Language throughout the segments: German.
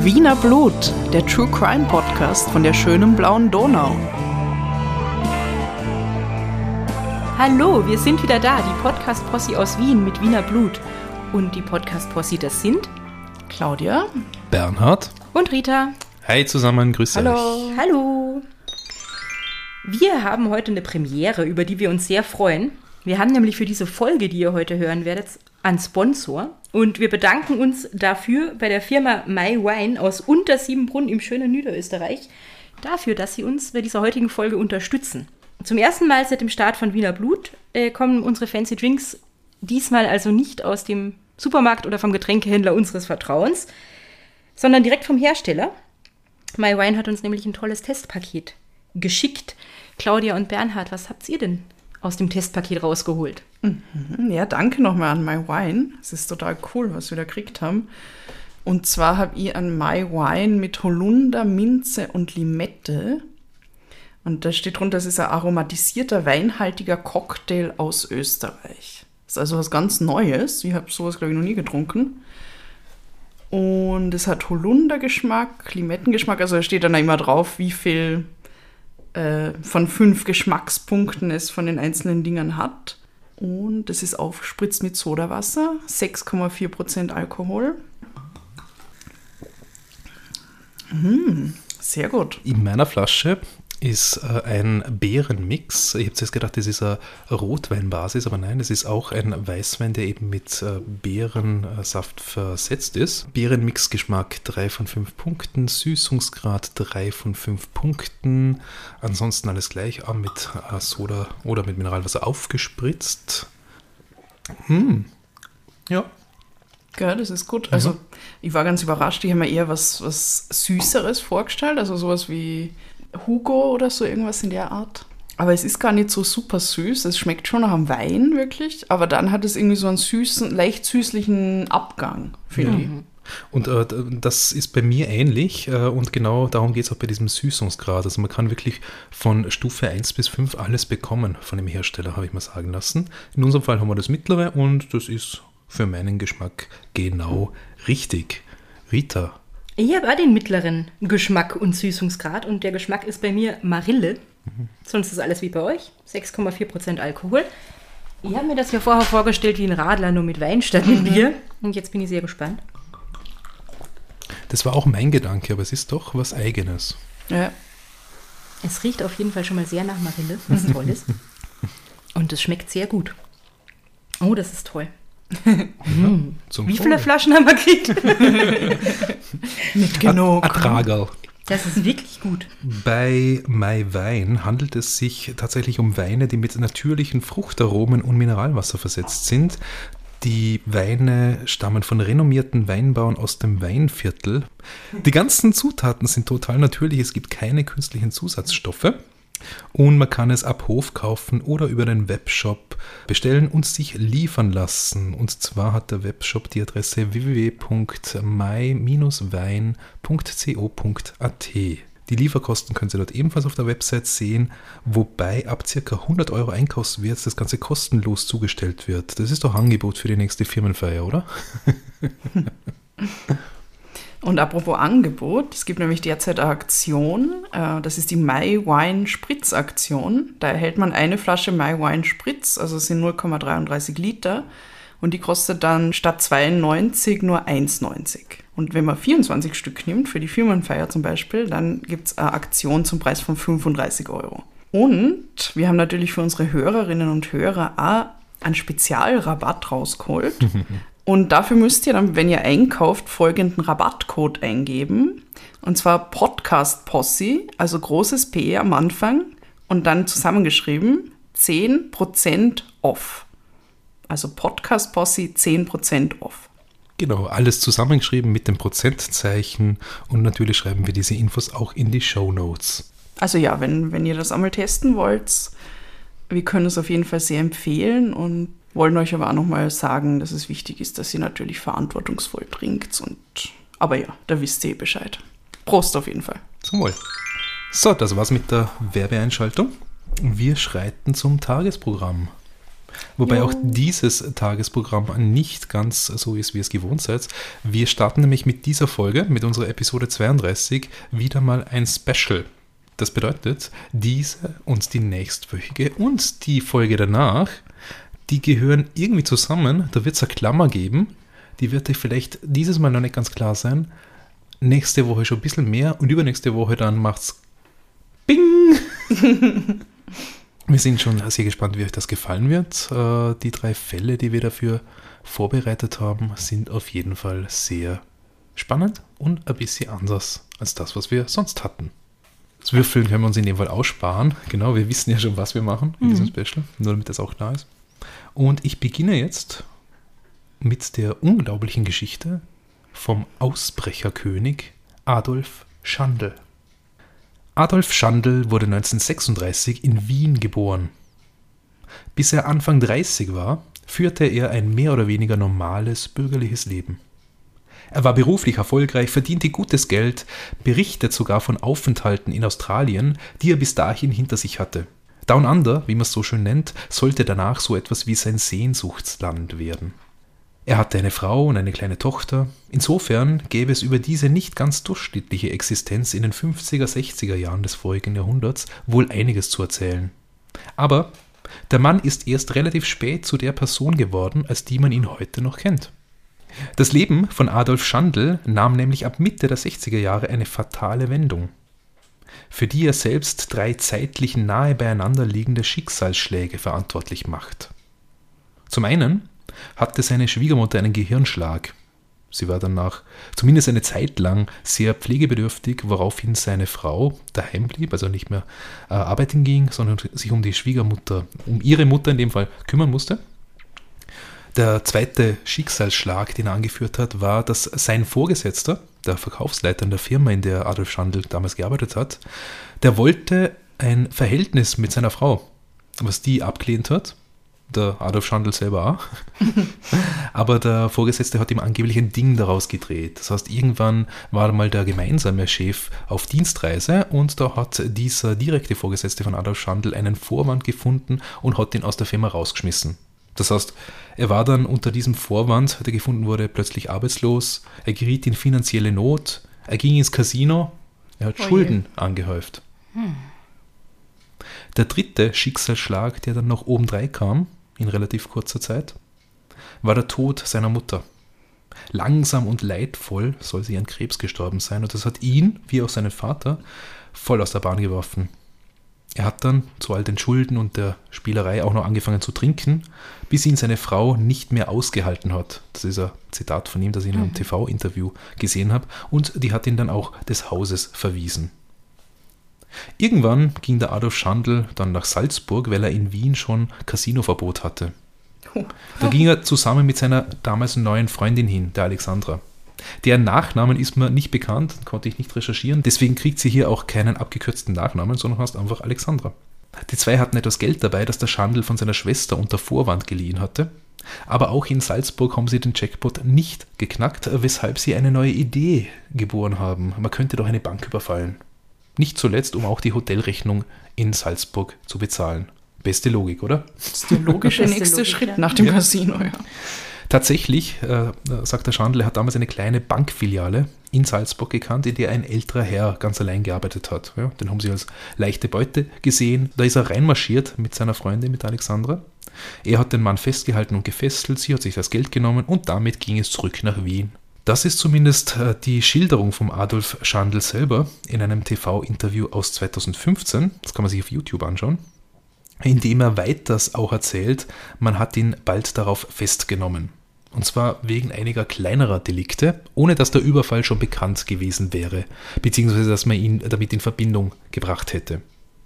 Wiener Blut, der True Crime Podcast von der schönen blauen Donau. Hallo, wir sind wieder da, die Podcast-Posse aus Wien mit Wiener Blut. Und die Podcast-Posse, das sind Claudia, Bernhard und Rita. Hi zusammen, grüße Hallo. euch. Hallo. Wir haben heute eine Premiere, über die wir uns sehr freuen. Wir haben nämlich für diese Folge, die ihr heute hören werdet, einen Sponsor. Und wir bedanken uns dafür bei der Firma MyWine aus Untersiebenbrunn im schönen Niederösterreich, dafür, dass sie uns bei dieser heutigen Folge unterstützen. Zum ersten Mal seit dem Start von Wiener Blut kommen unsere Fancy Drinks diesmal also nicht aus dem Supermarkt oder vom Getränkehändler unseres Vertrauens, sondern direkt vom Hersteller. MyWine hat uns nämlich ein tolles Testpaket geschickt. Claudia und Bernhard, was habt ihr denn aus dem Testpaket rausgeholt? Ja, danke nochmal an MyWine. Es ist total cool, was wir da gekriegt haben. Und zwar habe ich an MyWine mit Holunder, Minze und Limette. Und da steht drunter, es ist ein aromatisierter, weinhaltiger Cocktail aus Österreich. Das ist also was ganz Neues. Ich habe sowas, glaube ich, noch nie getrunken. Und es hat Holundergeschmack, Limettengeschmack. Also da steht dann immer drauf, wie viel von 5 Geschmackspunkten es von den einzelnen Dingern hat. Und es ist aufgespritzt mit Sodawasser, 6,4% Alkohol. Sehr gut. In meiner Flasche ist ein Beerenmix. Ich habe zuerst gedacht, das ist eine Rotweinbasis, aber nein, es ist auch ein Weißwein, der eben mit Beerensaft versetzt ist. Beerenmix-Geschmack 3 von 5 Punkten, Süßungsgrad 3 von 5 Punkten. Ansonsten alles gleich, auch mit Soda oder mit Mineralwasser aufgespritzt. Ja. Ja, das ist gut. Also ich war ganz überrascht, ich habe mir eher was Süßeres vorgestellt, also sowas wie Hugo oder so, irgendwas in der Art. Aber es ist gar nicht so super süß. Es schmeckt schon nach einem Wein, wirklich. Aber dann hat es irgendwie so einen süßen, leicht süßlichen Abgang, finde ich. Und das ist bei mir ähnlich und genau darum geht es auch bei diesem Süßungsgrad. Also man kann wirklich von Stufe 1 bis 5 alles bekommen von dem Hersteller, habe ich mal sagen lassen. In unserem Fall haben wir das mittlere und das ist für meinen Geschmack genau richtig. Rita? Ich habe auch den mittleren Geschmack und Süßungsgrad und der Geschmack ist bei mir Marille. Sonst ist alles wie bei euch, 6,4% Alkohol. Ich habe mir das ja vorher vorgestellt wie ein Radler, nur mit Wein statt mit Bier. Und jetzt bin ich sehr gespannt. Das war auch mein Gedanke, aber es ist doch was Eigenes. Ja. Es riecht auf jeden Fall schon mal sehr nach Marille, was toll ist. Und es schmeckt sehr gut. Oh, das ist toll. Wie viele Flaschen haben wir gekriegt? Nicht genug. Ertragerl. Das ist wirklich gut. Bei MyWine handelt es sich tatsächlich um Weine, die mit natürlichen Fruchtaromen und Mineralwasser versetzt sind. Die Weine stammen von renommierten Weinbauern aus dem Weinviertel. Die ganzen Zutaten sind total natürlich, es gibt keine künstlichen Zusatzstoffe. Und man kann es ab Hof kaufen oder über den Webshop bestellen und sich liefern lassen. Und zwar hat der Webshop die Adresse www.my-wein.co.at. Die Lieferkosten können Sie dort ebenfalls auf der Website sehen, wobei ab ca. 100 € Einkaufswert das Ganze kostenlos zugestellt wird. Das ist doch Angebot für die nächste Firmenfeier, oder? Und apropos Angebot, es gibt nämlich derzeit eine Aktion, das ist die MyWine Spritz-Aktion. Da erhält man eine Flasche MyWine Spritz, also es sind 0,33 Liter und die kostet dann statt 2,90 nur 1,90. Und wenn man 24 Stück nimmt, für die Firmenfeier zum Beispiel, dann gibt es eine Aktion zum Preis von 35 €. Und wir haben natürlich für unsere Hörerinnen und Hörer auch einen Spezialrabatt rausgeholt. Und dafür müsst ihr dann, wenn ihr einkauft, folgenden Rabattcode eingeben. Und zwar Podcast Posse, also großes P am Anfang und dann zusammengeschrieben 10% off. Also Podcast Posse 10% off. Genau, alles zusammengeschrieben mit dem Prozentzeichen und natürlich schreiben wir diese Infos auch in die Shownotes. Also ja, wenn ihr das einmal testen wollt, wir können es auf jeden Fall sehr empfehlen und wollen euch aber auch nochmal sagen, dass es wichtig ist, dass ihr natürlich verantwortungsvoll trinkt. Aber ja, da wisst ihr Bescheid. Prost auf jeden Fall. Zum Wohl. So, das war's mit der Werbeeinschaltung. Wir schreiten zum Tagesprogramm. Wobei auch dieses Tagesprogramm nicht ganz so ist, wie ihr es gewohnt seid. Wir starten nämlich mit dieser Folge, mit unserer Episode 32, wieder mal ein Special. Das bedeutet, diese und die nächstwöchige und die Folge danach, die gehören irgendwie zusammen. Da wird es eine Klammer geben. Die wird euch vielleicht dieses Mal noch nicht ganz klar sein. Nächste Woche schon ein bisschen mehr und übernächste Woche dann macht's Bing! Wir sind schon sehr gespannt, wie euch das gefallen wird. Die 3 Fälle, die wir dafür vorbereitet haben, sind auf jeden Fall sehr spannend und ein bisschen anders als das, was wir sonst hatten. Das Würfeln können wir uns in dem Fall aussparen. Genau, wir wissen ja schon, was wir machen in diesem Special, nur damit das auch klar ist. Und ich beginne jetzt mit der unglaublichen Geschichte vom Ausbrecherkönig Adolf Schandl. Adolf Schandl wurde 1936 in Wien geboren. Bis er Anfang 30 war, führte er ein mehr oder weniger normales bürgerliches Leben. Er war beruflich erfolgreich, verdiente gutes Geld, berichtet sogar von Aufenthalten in Australien, die er bis dahin hinter sich hatte. Down Under, wie man es so schön nennt, sollte danach so etwas wie sein Sehnsuchtsland werden. Er hatte eine Frau und eine kleine Tochter. Insofern gäbe es über diese nicht ganz durchschnittliche Existenz in den 50er, 60er Jahren des vorigen Jahrhunderts wohl einiges zu erzählen. Aber der Mann ist erst relativ spät zu der Person geworden, als die man ihn heute noch kennt. Das Leben von Adolf Schandl nahm nämlich ab Mitte der 60er Jahre eine fatale Wendung, für die er selbst 3 zeitlich nahe beieinander liegende Schicksalsschläge verantwortlich macht. Zum einen hatte seine Schwiegermutter einen Gehirnschlag. Sie war danach zumindest eine Zeit lang sehr pflegebedürftig, woraufhin seine Frau daheim blieb, also nicht mehr arbeiten ging, sondern sich um die Schwiegermutter, um ihre Mutter in dem Fall kümmern musste. Der zweite Schicksalsschlag, den er angeführt hat, war, dass sein Vorgesetzter, der Verkaufsleiter in der Firma, in der Adolf Schandl damals gearbeitet hat, der wollte ein Verhältnis mit seiner Frau, was die abgelehnt hat. Der Adolf Schandl selber auch. Aber der Vorgesetzte hat ihm angeblich ein Ding daraus gedreht. Das heißt, irgendwann war mal der gemeinsame Chef auf Dienstreise und da hat dieser direkte Vorgesetzte von Adolf Schandl einen Vorwand gefunden und hat ihn aus der Firma rausgeschmissen. Das heißt, er war dann unter diesem Vorwand, der gefunden wurde, plötzlich arbeitslos, er geriet in finanzielle Not, er ging ins Casino, er hat Schulden angehäuft. Der dritte Schicksalsschlag, der dann noch obendrein kam, in relativ kurzer Zeit, war der Tod seiner Mutter. Langsam und leidvoll soll sie an Krebs gestorben sein und das hat ihn, wie auch seinen Vater, voll aus der Bahn geworfen. Er hat dann zu all den Schulden und der Spielerei auch noch angefangen zu trinken, bis ihn seine Frau nicht mehr ausgehalten hat. Das ist ein Zitat von ihm, das ich in einem TV-Interview gesehen habe. Und die hat ihn dann auch des Hauses verwiesen. Irgendwann ging der Adolf Schandl dann nach Salzburg, weil er in Wien schon Casinoverbot hatte. Da ging er zusammen mit seiner damals neuen Freundin hin, der Alexandra. Deren Nachnamen ist mir nicht bekannt, konnte ich nicht recherchieren, deswegen kriegt sie hier auch keinen abgekürzten Nachnamen, sondern heißt einfach Alexandra. Die 2 hatten etwas Geld dabei, das der Schandl von seiner Schwester unter Vorwand geliehen hatte, aber auch in Salzburg haben sie den Jackpot nicht geknackt, weshalb sie eine neue Idee geboren haben. Man könnte doch eine Bank überfallen. Nicht zuletzt, um auch die Hotelrechnung in Salzburg zu bezahlen. Beste Logik, oder? Das ist der logische nächste Schritt nach dem Casino, ja. Tatsächlich, sagt der Schandl, er hat damals eine kleine Bankfiliale in Salzburg gekannt, in der ein älterer Herr ganz allein gearbeitet hat. Ja, den haben sie als leichte Beute gesehen. Da ist er reinmarschiert mit seiner Freundin, mit Alexandra. Er hat den Mann festgehalten und gefesselt, sie hat sich das Geld genommen und damit ging es zurück nach Wien. Das ist zumindest die Schilderung vom Adolf Schandl selber in einem TV-Interview aus 2015. Das kann man sich auf YouTube anschauen. Indem er weiters auch erzählt, man hat ihn bald darauf festgenommen. Und zwar wegen einiger kleinerer Delikte, ohne dass der Überfall schon bekannt gewesen wäre, beziehungsweise dass man ihn damit in Verbindung gebracht hätte.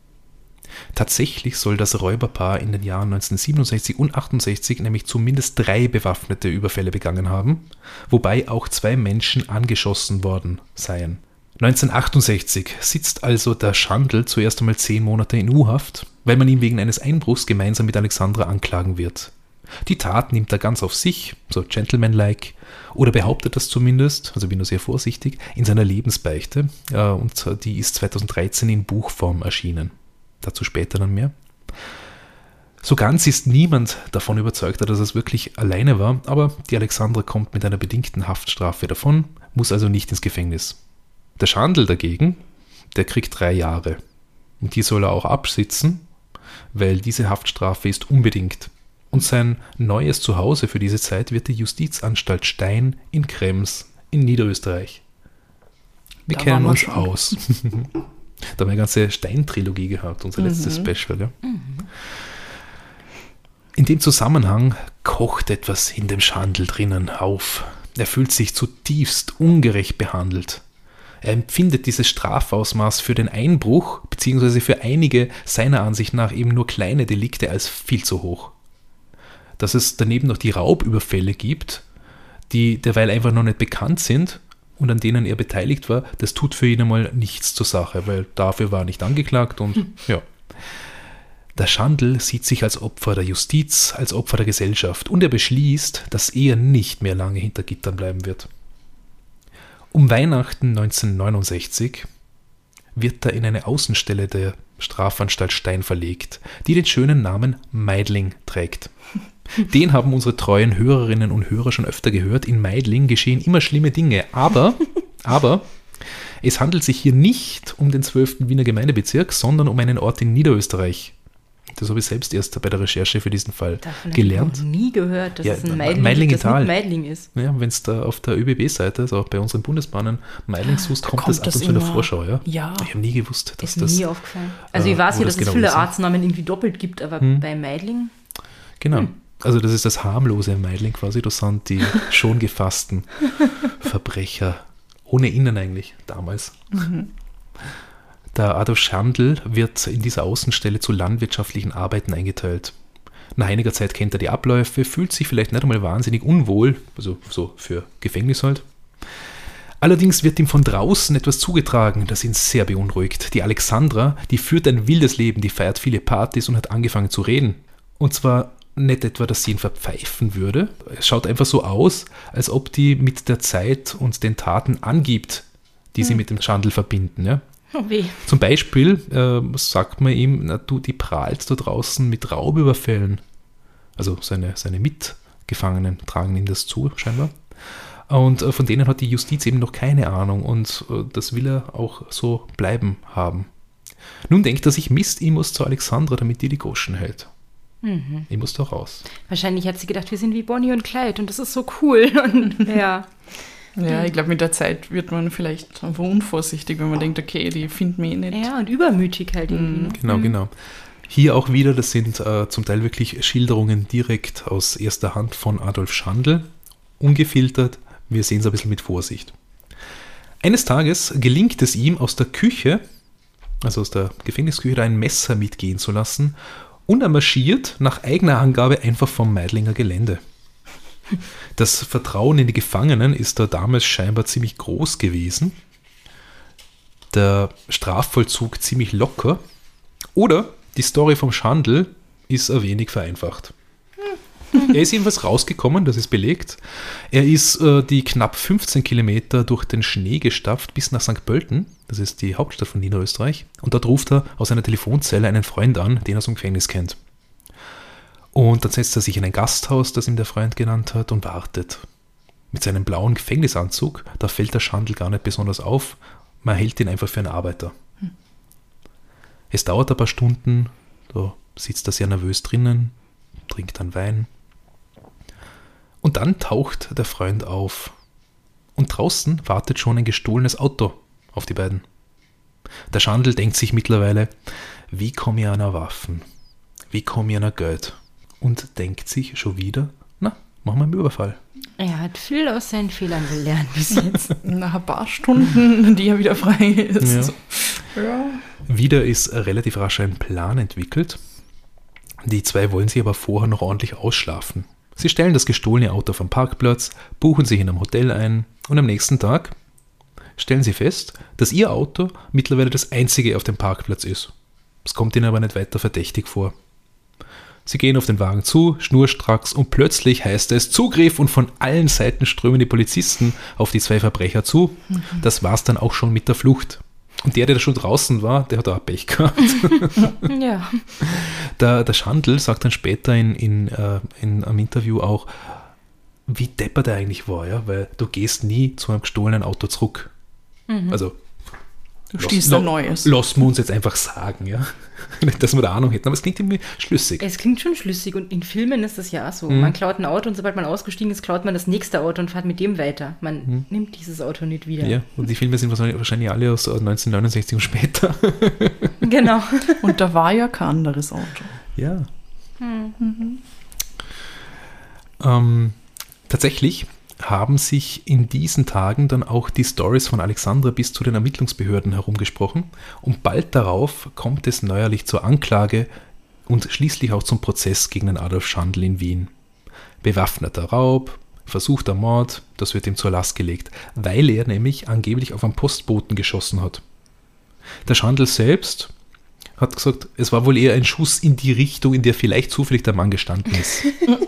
Tatsächlich soll das Räuberpaar in den Jahren 1967 und 1968 nämlich zumindest 3 bewaffnete Überfälle begangen haben, wobei auch 2 Menschen angeschossen worden seien. 1968 sitzt also der Schandl zuerst einmal 10 Monate in U-Haft, weil man ihn wegen eines Einbruchs gemeinsam mit Alexandra anklagen wird. Die Tat nimmt er ganz auf sich, so gentlemanlike, oder behauptet das zumindest, also bin nur sehr vorsichtig, in seiner Lebensbeichte, und die ist 2013 in Buchform erschienen. Dazu später dann mehr. So ganz ist niemand davon überzeugt, dass es wirklich alleine war, aber die Alexandra kommt mit einer bedingten Haftstrafe davon, muss also nicht ins Gefängnis. Der Schandl dagegen, der kriegt 3 Jahre. Und die soll er auch absitzen, weil diese Haftstrafe ist unbedingt. Und sein neues Zuhause für diese Zeit wird die Justizanstalt Stein in Krems in Niederösterreich. Wir kennen uns aus. Da haben wir eine ganze Stein-Trilogie gehabt, unser letztes Special. Ja? In dem Zusammenhang kocht etwas in dem Schandl drinnen auf. Er fühlt sich zutiefst ungerecht behandelt. Er empfindet dieses Strafausmaß für den Einbruch bzw. für einige seiner Ansicht nach eben nur kleine Delikte als viel zu hoch. Dass es daneben noch die Raubüberfälle gibt, die derweil einfach noch nicht bekannt sind und an denen er beteiligt war, das tut für ihn einmal nichts zur Sache, weil dafür war er nicht angeklagt und ja. Der Schandl sieht sich als Opfer der Justiz, als Opfer der Gesellschaft und er beschließt, dass er nicht mehr lange hinter Gittern bleiben wird. Um Weihnachten 1969 wird er in eine Außenstelle der Strafanstalt Stein verlegt, die den schönen Namen Meidling trägt. Den haben unsere treuen Hörerinnen und Hörer schon öfter gehört. In Meidling geschehen immer schlimme Dinge, aber es handelt sich hier nicht um den 12. Wiener Gemeindebezirk, sondern um einen Ort in Niederösterreich. Das habe ich selbst erst bei der Recherche für diesen Fall gelernt. Ich habe noch nie gehört, dass es ein Meidling ist. Ja, wenn es da auf der ÖBB-Seite, also auch bei unseren Bundesbahnen, Meidling suchst, kommt das ab und zu in der Vorschau. Ja? Ich habe nie gewusst, dass das... Ist mir nie aufgefallen. Also ich weiß ja, dass es viele Ortsnamen irgendwie doppelt gibt, aber bei Meidling... Genau. Also das ist das harmlose Meidling quasi. Das sind die schon gefassten Verbrecher. Ohne Innen eigentlich, damals. Der Adolf Schandl wird in dieser Außenstelle zu landwirtschaftlichen Arbeiten eingeteilt. Nach einiger Zeit kennt er die Abläufe, fühlt sich vielleicht nicht einmal wahnsinnig unwohl, also so für Gefängnis halt. Allerdings wird ihm von draußen etwas zugetragen, das ihn sehr beunruhigt. Die Alexandra, die führt ein wildes Leben, die feiert viele Partys und hat angefangen zu reden. Und zwar nicht etwa, dass sie ihn verpfeifen würde. Es schaut einfach so aus, als ob die mit der Zeit und den Taten angibt, die sie mit dem Schandl verbinden. Ja? Oh weh. Zum Beispiel sagt man ihm, die prahlt da draußen mit Raubüberfällen. Also seine Mitgefangenen tragen ihm das zu, scheinbar. Und von denen hat die Justiz eben noch keine Ahnung und das will er auch so bleiben haben. Nun denkt er sich, Mist, ich muss zu Alexandra, damit die Goschen hält. Ich muss doch raus. Wahrscheinlich hat sie gedacht, wir sind wie Bonnie und Clyde und das ist so cool. Und, ja. Ja, ich glaube, mit der Zeit wird man vielleicht einfach unvorsichtig, wenn man denkt, okay, die finden mich nicht. Ja, und übermütig halt irgendwie. Genau. Hier auch wieder, das sind zum Teil wirklich Schilderungen direkt aus erster Hand von Adolf Schandl, ungefiltert. Wir sehen es ein bisschen mit Vorsicht. Eines Tages gelingt es ihm, aus der Küche, also aus der Gefängnisküche, ein Messer mitgehen zu lassen und er marschiert nach eigener Angabe einfach vom Meidlinger Gelände. Das Vertrauen in die Gefangenen ist da damals scheinbar ziemlich groß gewesen. Der Strafvollzug ziemlich locker. Oder die Story vom Schandl ist ein wenig vereinfacht. Er ist jedenfalls rausgekommen, das ist belegt. Er ist die knapp 15 Kilometer durch den Schnee gestapft bis nach St. Pölten. Das ist die Hauptstadt von Niederösterreich. Und dort ruft er aus einer Telefonzelle einen Freund an, den er aus dem Gefängnis kennt. Und dann setzt er sich in ein Gasthaus, das ihm der Freund genannt hat, und wartet. Mit seinem blauen Gefängnisanzug, da fällt der Schandl gar nicht besonders auf. Man hält ihn einfach für einen Arbeiter. Es dauert ein paar Stunden, da sitzt er sehr nervös drinnen, trinkt dann Wein. Und dann taucht der Freund auf. Und draußen wartet schon ein gestohlenes Auto auf die beiden. Der Schandl denkt sich mittlerweile, wie komme ich an eine Waffen? Wie komme ich an ein Geld? Und denkt sich schon wieder, machen wir einen Überfall. Er hat viel aus seinen Fehlern gelernt bis jetzt. Nach ein paar Stunden, die er wieder frei ist. Ja. Wieder ist relativ rasch ein Plan entwickelt. Die zwei wollen sich aber vorher noch ordentlich ausschlafen. Sie stellen das gestohlene Auto vom Parkplatz, buchen sich in einem Hotel ein und am nächsten Tag stellen sie fest, dass ihr Auto mittlerweile das einzige auf dem Parkplatz ist. Es kommt ihnen aber nicht weiter verdächtig vor. Sie gehen auf den Wagen zu, schnurstracks, und plötzlich heißt es Zugriff und von allen Seiten strömen die Polizisten auf die zwei Verbrecher zu. Das war's dann auch schon mit der Flucht. Und der schon draußen war, der hat auch Pech gehabt. Ja. Der Schandl sagt dann später in einem Interview auch, wie deppert er eigentlich war, ja, weil du gehst nie zu einem gestohlenen Auto zurück. Also Du stehst ein neues. Lassen wir uns jetzt einfach sagen, ja. Nicht, dass wir da Ahnung hätten, aber es klingt irgendwie schlüssig. Es klingt schon schlüssig und in Filmen ist das ja auch so. Man klaut ein Auto und sobald man ausgestiegen ist, klaut man das nächste Auto und fährt mit dem weiter. Man nimmt dieses Auto nicht wieder. Ja, und die Filme sind wahrscheinlich alle aus 1969 und später. Genau. Und da war ja kein anderes Auto. Ja. Tatsächlich haben sich in diesen Tagen dann auch die Stories von Alexandra bis zu den Ermittlungsbehörden herumgesprochen und bald darauf kommt es neuerlich zur Anklage und schließlich auch zum Prozess gegen den Adolf Schandl in Wien. Bewaffneter Raub, versuchter Mord, das wird ihm zur Last gelegt, weil er nämlich angeblich auf einen Postboten geschossen hat. Der Schandl selbst hat gesagt, es war wohl eher ein Schuss in die Richtung, in der vielleicht zufällig der Mann gestanden ist.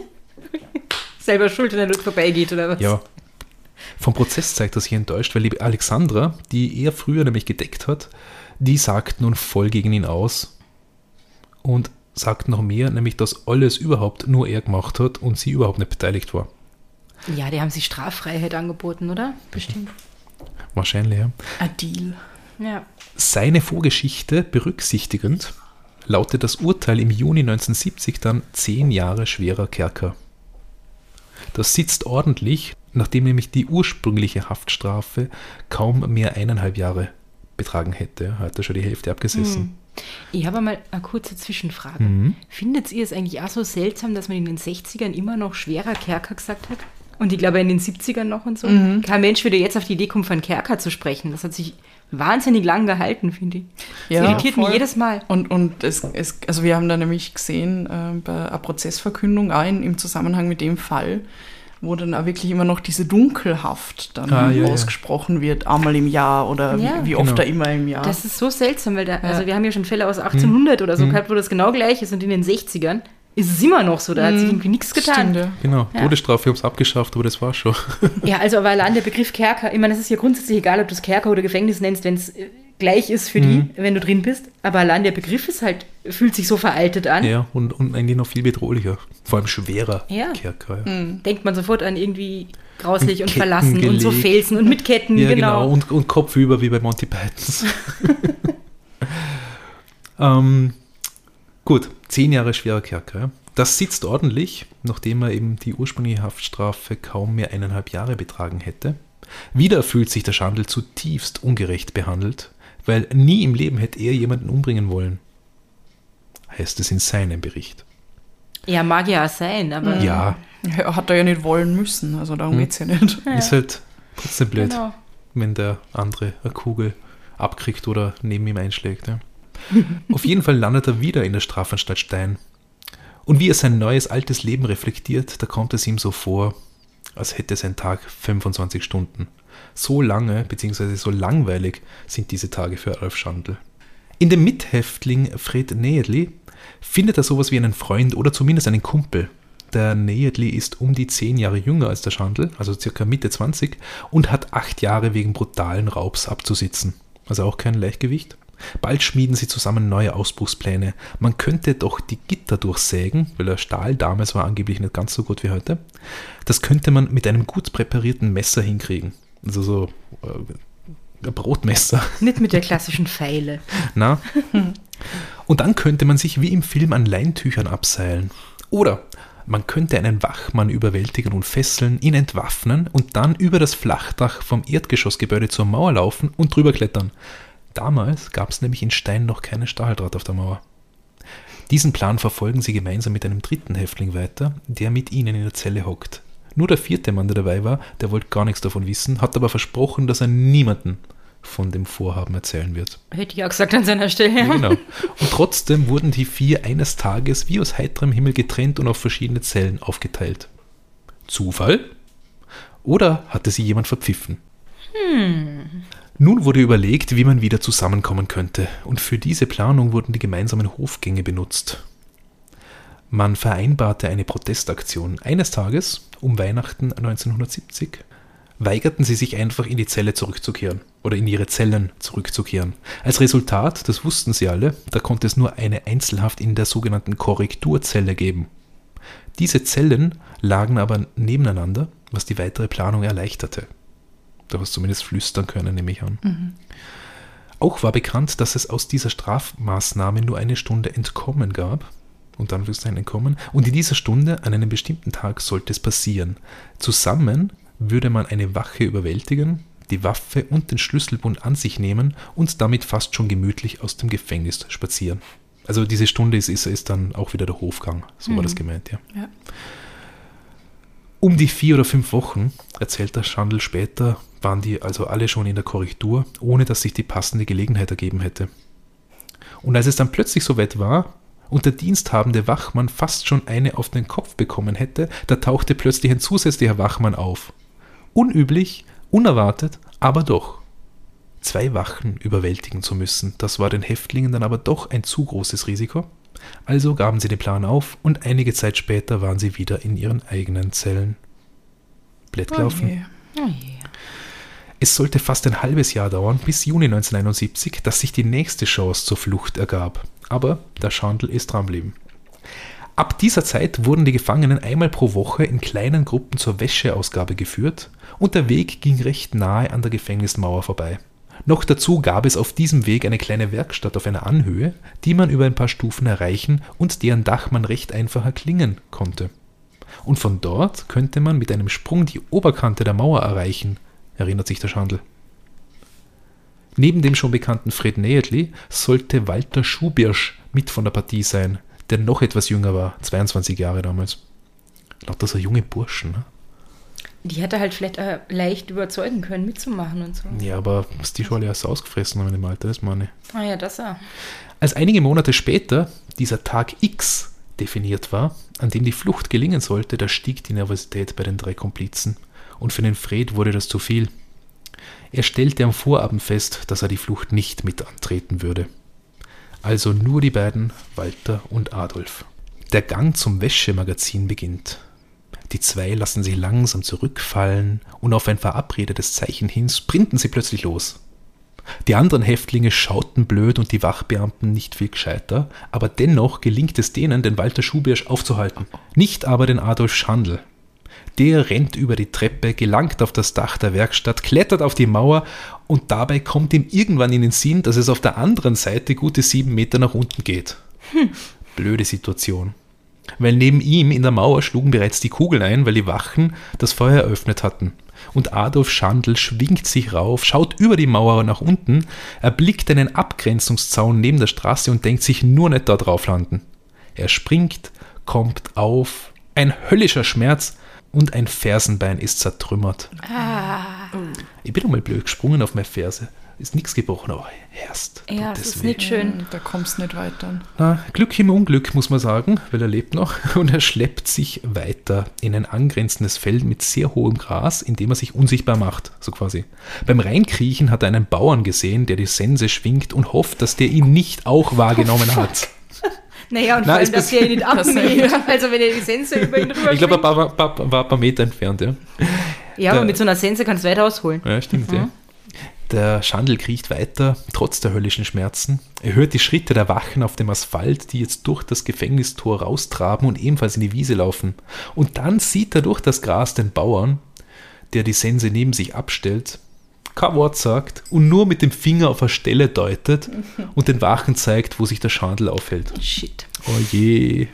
Selber schuld, wenn er dort vorbeigeht, oder was? Ja. Vom Prozess zeigt er sich enttäuscht, weil die Alexandra, die er früher nämlich gedeckt hat, die sagt nun voll gegen ihn aus und sagt noch mehr, nämlich, dass alles überhaupt nur er gemacht hat und sie überhaupt nicht beteiligt war. Ja, die haben sich Straffreiheit angeboten, oder? Bestimmt. Wahrscheinlich, ja. Ein Deal. Ja. Seine Vorgeschichte berücksichtigend lautet das Urteil im Juni 1970 dann 10 Jahre schwerer Kerker. Das sitzt ordentlich, nachdem nämlich die ursprüngliche Haftstrafe kaum mehr 1,5 Jahre betragen hätte. Hat er schon die Hälfte abgesessen. Ich habe mal eine kurze Zwischenfrage. Findet ihr es eigentlich auch so seltsam, dass man in den 60ern immer noch schwerer Kerker gesagt hat? Und ich glaube in den 70ern noch und so? Kein Mensch würde jetzt auf die Idee kommen, von Kerker zu sprechen. Das hat sich wahnsinnig lang gehalten, finde ich. Ja, das irritiert mich voll. jedes Mal. Und also wir haben da nämlich gesehen, bei einer Prozessverkündung im Zusammenhang mit dem Fall, wo dann auch wirklich immer noch diese Dunkelhaft dann ausgesprochen wird, einmal im Jahr oder wie oft da immer im Jahr. Das ist so seltsam, weil also wir haben ja schon Fälle aus 1800 oder so gehabt, wo das genau gleich ist und in den 60ern ist es immer noch so, da hat sich irgendwie nichts getan. Stimmt, ja. Genau, Todesstrafe haben es abgeschafft, aber das war schon. Ja, also aber allein der Begriff Kerker, ich meine, es ist ja grundsätzlich egal, ob du es Kerker oder Gefängnis nennst, wenn es gleich ist für die, wenn du drin bist, aber allein der Begriff ist halt, fühlt sich so veraltet an. Ja, und eigentlich noch viel bedrohlicher, vor allem schwerer Kerker. Ja. Denkt man sofort an irgendwie grauslich und Ketten verlassen gelegt. und so Felsen und mit Ketten, Ja, genau. Und kopfüber wie bei Monty Pythons. Gut, 10 Jahre schwerer Kerker. Ja. Das sitzt ordentlich, nachdem er eben die ursprüngliche Haftstrafe kaum mehr 1,5 Jahre betragen hätte. Wieder fühlt sich der Schandl zutiefst ungerecht behandelt, weil nie im Leben hätte er jemanden umbringen wollen. Heißt es in seinem Bericht. Ja, mag ja auch sein, aber... Ja. Hat er ja nicht wollen müssen, also darum geht es ja nicht. Ist halt trotzdem blöd, Genau. wenn der andere eine Kugel abkriegt oder neben ihm einschlägt. Ja. Auf jeden Fall landet er wieder in der Strafanstalt Stein. Und wie er sein neues, altes Leben reflektiert, da kommt es ihm so vor, als hätte sein Tag 25 Stunden. So lange, beziehungsweise so langweilig sind diese Tage für Adolf Schandl. In dem Mithäftling Fred Nejedly findet er sowas wie einen Freund oder zumindest einen Kumpel. Der Nejedly ist um die 10 Jahre jünger als der Schandl, also circa Mitte 20, und hat 8 Jahre wegen brutalen Raubs abzusitzen. Also auch kein Leichtgewicht. Bald schmieden sie zusammen neue Ausbruchspläne. Man könnte doch die Gitter durchsägen, weil der Stahl damals war angeblich nicht ganz so gut wie heute. Das könnte man mit einem gut präparierten Messer hinkriegen. Also so ein Brotmesser. Nicht mit der klassischen Pfeile. Na? Und dann könnte man sich wie im Film an Leintüchern abseilen. Oder man könnte einen Wachmann überwältigen und fesseln, ihn entwaffnen und dann über das Flachdach vom Erdgeschossgebäude zur Mauer laufen und drüber klettern. Damals gab es nämlich in Stein noch keinen Stahldraht auf der Mauer. Diesen Plan verfolgen sie gemeinsam mit einem dritten Häftling weiter, der mit ihnen in der Zelle hockt. Nur der 4. Mann, der dabei war, der wollte gar nichts davon wissen, hat aber versprochen, dass er niemanden von dem Vorhaben erzählen wird. Hätte ich auch gesagt an seiner Stelle. Ja, genau. Und trotzdem wurden die 4 eines Tages wie aus heiterem Himmel getrennt und auf verschiedene Zellen aufgeteilt. Zufall? Oder hatte sie jemand verpfiffen? Nun wurde überlegt, wie man wieder zusammenkommen könnte, und für diese Planung wurden die gemeinsamen Hofgänge benutzt. Man vereinbarte eine Protestaktion eines Tages, um Weihnachten 1970, weigerten sie sich einfach in die Zelle zurückzukehren oder in ihre Zellen zurückzukehren. Als Resultat, das wussten sie alle, da konnte es nur eine Einzelhaft in der sogenannten Korrekturzelle geben. Diese Zellen lagen aber nebeneinander, was die weitere Planung erleichterte. Du hast zumindest flüstern können, nehme ich an. Mhm. Auch war bekannt, dass es aus dieser Strafmaßnahme nur eine Stunde Entkommen gab, und dann wirst du entkommen, und in dieser Stunde, an einem bestimmten Tag, sollte es passieren. Zusammen würde man eine Wache überwältigen, die Waffe und den Schlüsselbund an sich nehmen und damit fast schon gemütlich aus dem Gefängnis spazieren. Also diese Stunde ist dann auch wieder der Hofgang, so war das gemeint, ja. Ja. Um die 4 oder 5 Wochen, erzählt der Schandl später, waren die also alle schon in der Korrektur, ohne dass sich die passende Gelegenheit ergeben hätte. Und als es dann plötzlich soweit war und der diensthabende Wachmann fast schon eine auf den Kopf bekommen hätte, da tauchte plötzlich ein zusätzlicher Wachmann auf. Unüblich, unerwartet, aber doch. 2 Wachen überwältigen zu müssen, das war den Häftlingen dann aber doch ein zu großes Risiko. Also gaben sie den Plan auf und einige Zeit später waren sie wieder in ihren eigenen Zellen. Blättlaufen. Oh je. Es sollte fast ein halbes Jahr dauern, bis Juni 1971, dass sich die nächste Chance zur Flucht ergab. Aber der Schandl ist dranbleiben. Ab dieser Zeit wurden die Gefangenen einmal pro Woche in kleinen Gruppen zur Wäscheausgabe geführt und der Weg ging recht nahe an der Gefängnismauer vorbei. Noch dazu gab es auf diesem Weg eine kleine Werkstatt auf einer Anhöhe, die man über ein paar Stufen erreichen und deren Dach man recht einfach erklingen konnte. Und von dort könnte man mit einem Sprung die Oberkante der Mauer erreichen, erinnert sich der Schandl. Neben dem schon bekannten Fred Nejedly sollte Walter Schubirsch mit von der Partie sein, der noch etwas jünger war, 22 Jahre damals. Lauter so junge Burschen, ne? Die hätte halt vielleicht leicht überzeugen können, mitzumachen und so. Ja, aber was die schon alle erst ausgefressen haben in dem Alter, das meine ich. Ah ja, das ja. Als einige Monate später dieser Tag X definiert war, an dem die Flucht gelingen sollte, da stieg die Nervosität bei den 3 Komplizen. Und für den Fred wurde das zu viel. Er stellte am Vorabend fest, dass er die Flucht nicht mit antreten würde. Also nur die beiden, Walter und Adolf. Der Gang zum Wäschemagazin beginnt. Die 2 lassen sich langsam zurückfallen und auf ein verabredetes Zeichen hin sprinten sie plötzlich los. Die anderen Häftlinge schauten blöd und die Wachbeamten nicht viel gescheiter, aber dennoch gelingt es denen, den Walter Schubirsch aufzuhalten. Nicht aber den Adolf Schandl. Der rennt über die Treppe, gelangt auf das Dach der Werkstatt, klettert auf die Mauer und dabei kommt ihm irgendwann in den Sinn, dass es auf der anderen Seite gute 7 Meter nach unten geht. Blöde Situation. Weil neben ihm in der Mauer schlugen bereits die Kugeln ein, weil die Wachen das Feuer eröffnet hatten. Und Adolf Schandl schwingt sich rauf, schaut über die Mauer nach unten, erblickt einen Abgrenzungszaun neben der Straße und denkt sich nur nicht da drauf landen. Er springt, kommt auf, ein höllischer Schmerz und ein Fersenbein ist zertrümmert. Ich bin einmal blöd gesprungen auf meine Ferse. Ist nichts gebrochen, aber erst. Ja, das ist nicht schön. Da kommst du nicht weiter. Na, Glück im Unglück, muss man sagen, weil er lebt noch und er schleppt sich weiter in ein angrenzendes Feld mit sehr hohem Gras, in dem er sich unsichtbar macht, so quasi. Beim Reinkriechen hat er einen Bauern gesehen, der die Sense schwingt und hofft, dass der ihn nicht auch wahrgenommen hat. Naja, und vor allem, dass er ihn nicht abmäht. Also wenn er die Sense über ihn drüber Ich glaube, er war ein paar Meter entfernt, ja. Ja, aber mit so einer Sense kannst du weit ausholen. Ja, stimmt, ja. Der Schandl kriecht weiter, trotz der höllischen Schmerzen. Er hört die Schritte der Wachen auf dem Asphalt, die jetzt durch das Gefängnistor raustraben und ebenfalls in die Wiese laufen. Und dann sieht er durch das Gras den Bauern, der die Sense neben sich abstellt, kein Wort sagt und nur mit dem Finger auf eine Stelle deutet und den Wachen zeigt, wo sich der Schandl aufhält. Shit. Oh je.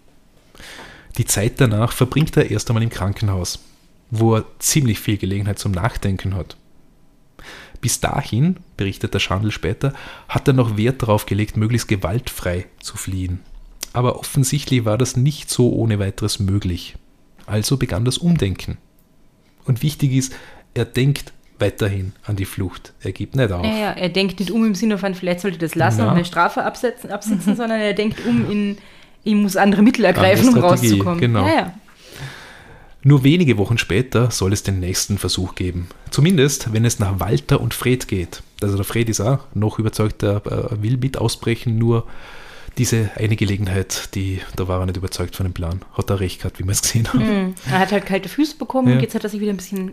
Die Zeit danach verbringt er erst einmal im Krankenhaus, wo er ziemlich viel Gelegenheit zum Nachdenken hat. Bis dahin, berichtet der Schandl später, hat er noch Wert darauf gelegt, möglichst gewaltfrei zu fliehen. Aber offensichtlich war das nicht so ohne weiteres möglich. Also begann das Umdenken. Und wichtig ist, er denkt weiterhin an die Flucht. Er gibt nicht auf. Ja, er denkt nicht im Sinne von, vielleicht sollte das lassen und eine Strafe absitzen, sondern er denkt ich muss andere Mittel ergreifen, um rauszukommen. Genau. Ja. Nur wenige Wochen später soll es den nächsten Versuch geben. Zumindest, wenn es nach Walter und Fred geht. Also der Fred ist auch noch überzeugt, er will mit ausbrechen, nur diese eine Gelegenheit, da war er nicht überzeugt von dem Plan. Hat er recht gehabt, wie wir es gesehen haben. Er hat halt kalte Füße bekommen und jetzt hat er sich wieder ein bisschen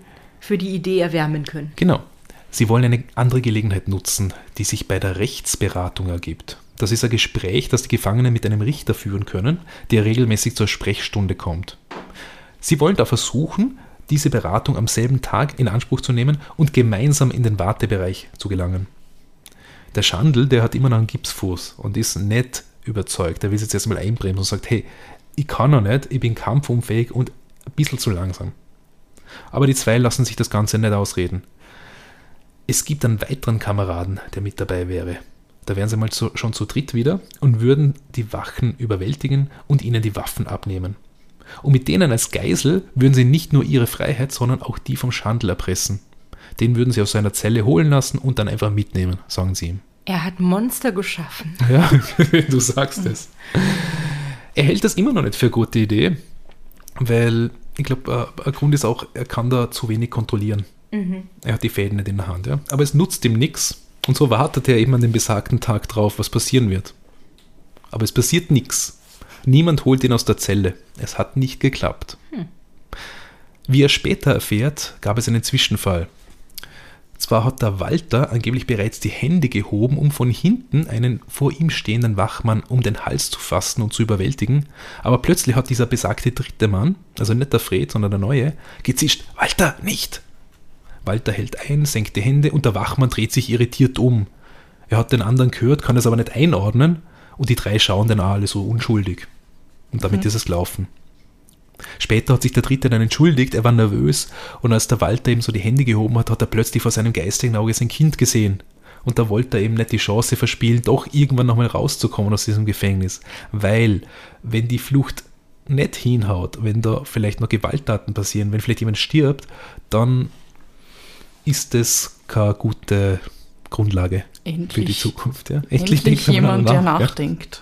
für die Idee erwärmen können. Genau. Sie wollen eine andere Gelegenheit nutzen, die sich bei der Rechtsberatung ergibt. Das ist ein Gespräch, das die Gefangenen mit einem Richter führen können, der regelmäßig zur Sprechstunde kommt. Sie wollen da versuchen, diese Beratung am selben Tag in Anspruch zu nehmen und gemeinsam in den Wartebereich zu gelangen. Der Schandl, der hat immer noch einen Gipsfuß und ist nicht überzeugt. Der will sich jetzt erstmal einbremsen und sagt, hey, ich kann noch nicht, ich bin kampfunfähig und ein bisschen zu langsam. Aber die zwei lassen sich das Ganze nicht ausreden. Es gibt einen weiteren Kameraden, der mit dabei wäre. Da wären sie mal schon zu dritt wieder und würden die Wachen überwältigen und ihnen die Waffen abnehmen. Und mit denen als Geisel würden sie nicht nur ihre Freiheit, sondern auch die vom Schandl erpressen. Den würden sie aus seiner Zelle holen lassen und dann einfach mitnehmen, sagen sie ihm. Er hat Monster geschaffen. Ja, du sagst es. Er hält das immer noch nicht für eine gute Idee, weil ich glaube, ein Grund ist auch, er kann da zu wenig kontrollieren. Er hat die Fäden nicht in der Hand. Ja? Aber es nutzt ihm nichts. Und so wartet er eben an den besagten Tag drauf, was passieren wird. Aber es passiert nichts. Niemand holt ihn aus der Zelle. Es hat nicht geklappt. Wie er später erfährt, gab es einen Zwischenfall. Zwar hat der Walter angeblich bereits die Hände gehoben, um von hinten einen vor ihm stehenden Wachmann um den Hals zu fassen und zu überwältigen, aber plötzlich hat dieser besagte dritte Mann, also nicht der Fred, sondern der Neue, gezischt, Walter, nicht! Walter hält ein, senkt die Hände und der Wachmann dreht sich irritiert um. Er hat den anderen gehört, kann es aber nicht einordnen und die drei schauen den alle so unschuldig. Und damit ist es gelaufen. Später hat sich der Dritte dann entschuldigt, er war nervös und als der Walter eben so die Hände gehoben hat, hat er plötzlich vor seinem geistigen Auge sein Kind gesehen. Und da wollte er eben nicht die Chance verspielen, doch irgendwann nochmal rauszukommen aus diesem Gefängnis. Weil, wenn die Flucht nicht hinhaut, wenn da vielleicht noch Gewalttaten passieren, wenn vielleicht jemand stirbt, dann ist das keine gute Grundlage für die Zukunft. Ja? Endlich jemand, der nachdenkt.